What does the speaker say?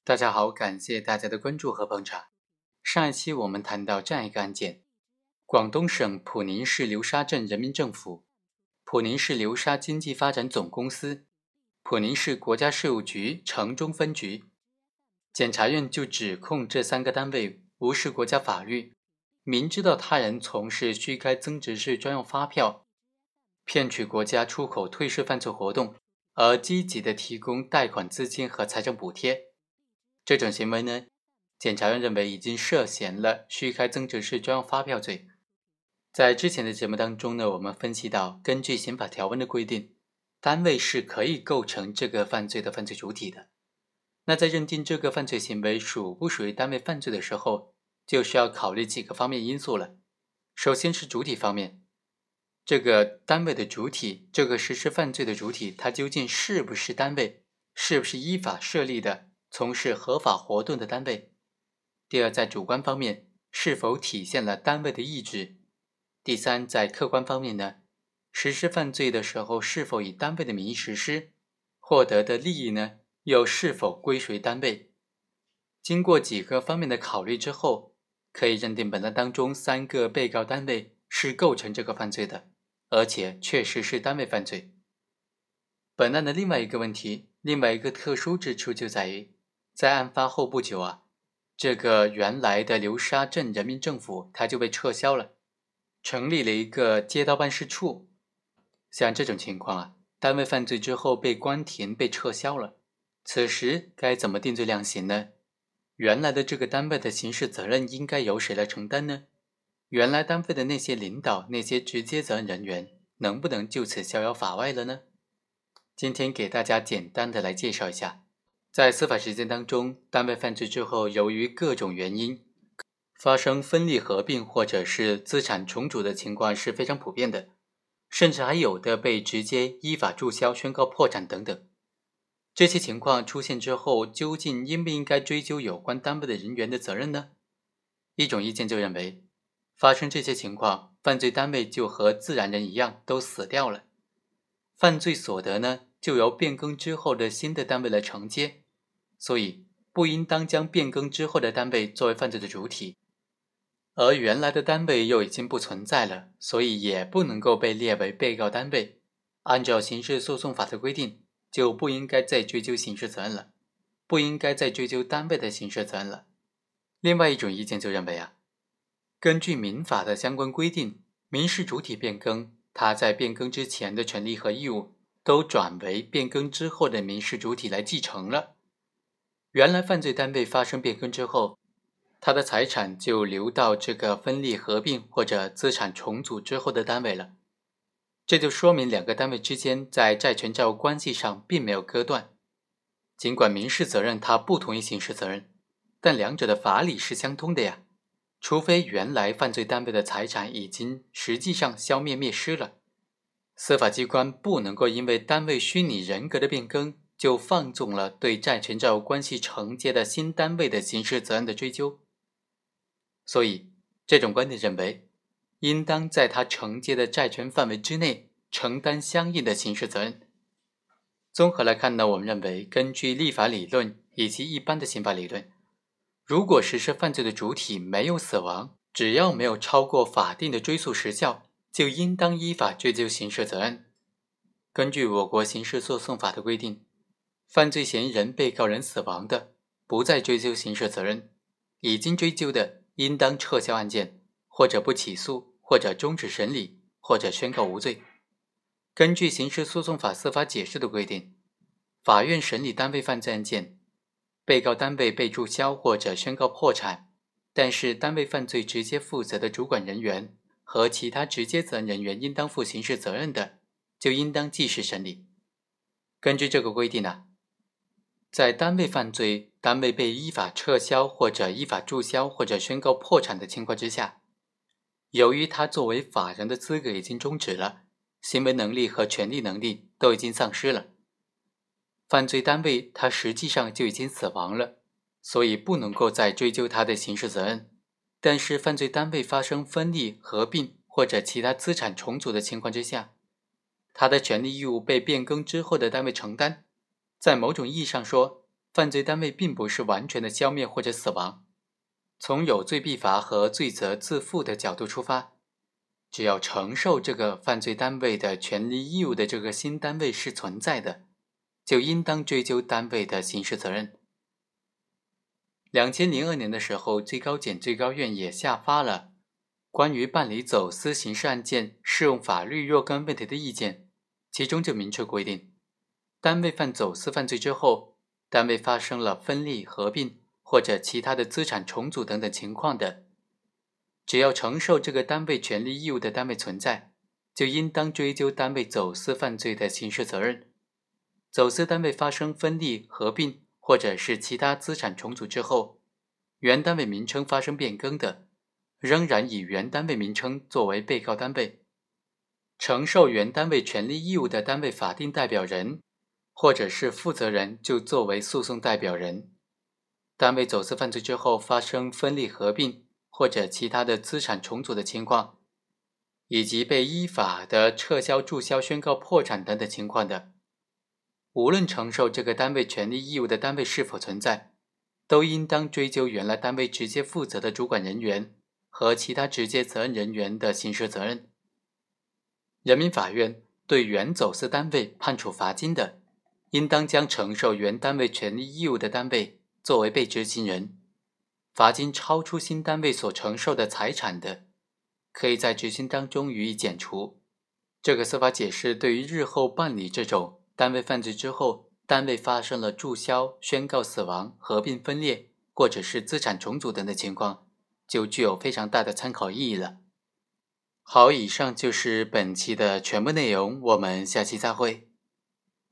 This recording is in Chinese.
大家好，感谢大家的关注和捧场。上一期我们谈到这样一个案件：广东省普宁市流沙镇人民政府、普宁市流沙经济发展总公司、普宁市国家税务局城中分局，检察院就指控这3个单位无视国家法律，明知道他人从事虚开增值税专用发票，骗取国家出口退税犯罪活动，而积极的提供贷款资金和财政补贴。这种行为呢，检察院认为已经涉嫌了虚开增值税专用发票罪。在之前的节目当中呢，我们分析到，根据刑法条文的规定，单位是可以构成这个犯罪的犯罪主体的。那在认定这个犯罪行为属不属于单位犯罪的时候，就需要考虑几个方面因素了。首先是主体方面，这个单位的主体，这个实施犯罪的主体，它究竟是不是单位，是不是依法设立的从事合法活动的单位。第二，在主观方面，是否体现了单位的意志。第三，在客观方面呢，实施犯罪的时候是否以单位的名义实施，获得的利益呢，又是否归属于单位。经过几个方面的考虑之后，可以认定本案当中3个被告单位是构成这个犯罪的，而且确实是单位犯罪。本案的另外一个问题，另外一个特殊之处就在于，在案发后不久这个原来的流沙镇人民政府它就被撤销了，成立了一个街道办事处。像这种情况单位犯罪之后被关停被撤销了，此时该怎么定罪量刑呢？原来的这个单位的刑事责任应该由谁来承担呢？原来单位的那些领导，那些直接责任人员能不能就此逍遥法外了呢？今天给大家简单的来介绍一下，在司法实践当中，单位犯罪之后，由于各种原因发生分立合并或者是资产重组的情况是非常普遍的，甚至还有的被直接依法注销、宣告破产等等。这些情况出现之后，究竟应不应该追究有关单位的人员的责任呢？一种意见就认为，发生这些情况，犯罪单位就和自然人一样都死掉了，犯罪所得呢，就由变更之后的新的单位来承接，所以不应当将变更之后的单位作为犯罪的主体。而原来的单位又已经不存在了，所以也不能够被列为被告单位，按照刑事诉讼法的规定，就不应该再追究刑事责任了，不应该再追究单位的刑事责任了。另外一种意见就认为根据民法的相关规定，民事主体变更，他在变更之前的权利和义务都转为变更之后的民事主体来继承了。原来犯罪单位发生变更之后，他的财产就流到这个分立合并或者资产重组之后的单位了。这就说明2个单位之间在债权债务关系上并没有割断。尽管民事责任它不同于刑事责任，但两者的法理是相通的呀。除非原来犯罪单位的财产已经实际上消灭灭失了，司法机关不能够因为单位虚拟人格的变更，就放纵了对债权债务关系承接的新单位的刑事责任的追究。所以这种观点认为，应当在他承接的债权范围之内承担相应的刑事责任。综合来看呢，我们认为根据立法理论以及一般的刑法理论，如果实施犯罪的主体没有死亡，只要没有超过法定的追诉时效，就应当依法追究刑事责任。根据我国刑事诉讼法的规定，犯罪嫌疑人、被告人死亡的，不再追究刑事责任；已经追究的，应当撤销案件，或者不起诉，或者终止审理，或者宣告无罪。根据刑事诉讼法司法解释的规定，法院审理单位犯罪案件，被告单位被注销或者宣告破产，但是单位犯罪直接负责的主管人员和其他直接责任人员应当负刑事责任的，就应当继续审理。根据这个规定在单位犯罪，单位被依法撤销或者依法注销或者宣告破产的情况之下，由于他作为法人的资格已经终止了，行为能力和权利能力都已经丧失了，犯罪单位他实际上就已经死亡了，所以不能够再追究他的刑事责任。但是犯罪单位发生分立、合并或者其他资产重组的情况之下，他的权利义务被变更之后的单位承担，在某种意义上说， 犯罪单位并不是完全的消灭或者死亡。从有罪必罚和罪责自负的角度出发，只要承受这个犯罪单位的权利义务的这个新单位是存在的，就应当追究单位的刑事责任。2002年的时候，最高检、最高院也下发了关于办理走私刑事案件适用法律若干问题的意见，其中就明确规定，单位犯走私犯罪之后，单位发生了分立、合并或者其他的资产重组等等情况的，只要承受这个单位权利义务的单位存在，就应当追究单位走私犯罪的刑事责任。走私单位发生分立、合并或者是其他资产重组之后，原单位名称发生变更的，仍然以原单位名称作为被告单位。承受原单位权利义务的单位法定代表人或者是负责人就作为诉讼代表人。单位走私犯罪之后发生分立、合并或者其他的资产重组的情况，以及被依法的撤销、注销、宣告破产等等情况的，无论承受这个单位权利义务的单位是否存在，都应当追究原来单位直接负责的主管人员和其他直接责任人员的刑事责任。人民法院对原走私单位判处罚金的，应当将承受原单位权利义务的单位作为被执行人，罚金超出新单位所承受的财产的，可以在执行当中予以减除。这个司法解释对于日后办理这种单位犯罪之后，单位发生了注销、宣告死亡、合并分裂或者是资产重组等的情况，就具有非常大的参考意义了。好，以上就是本期的全部内容，我们下期再会。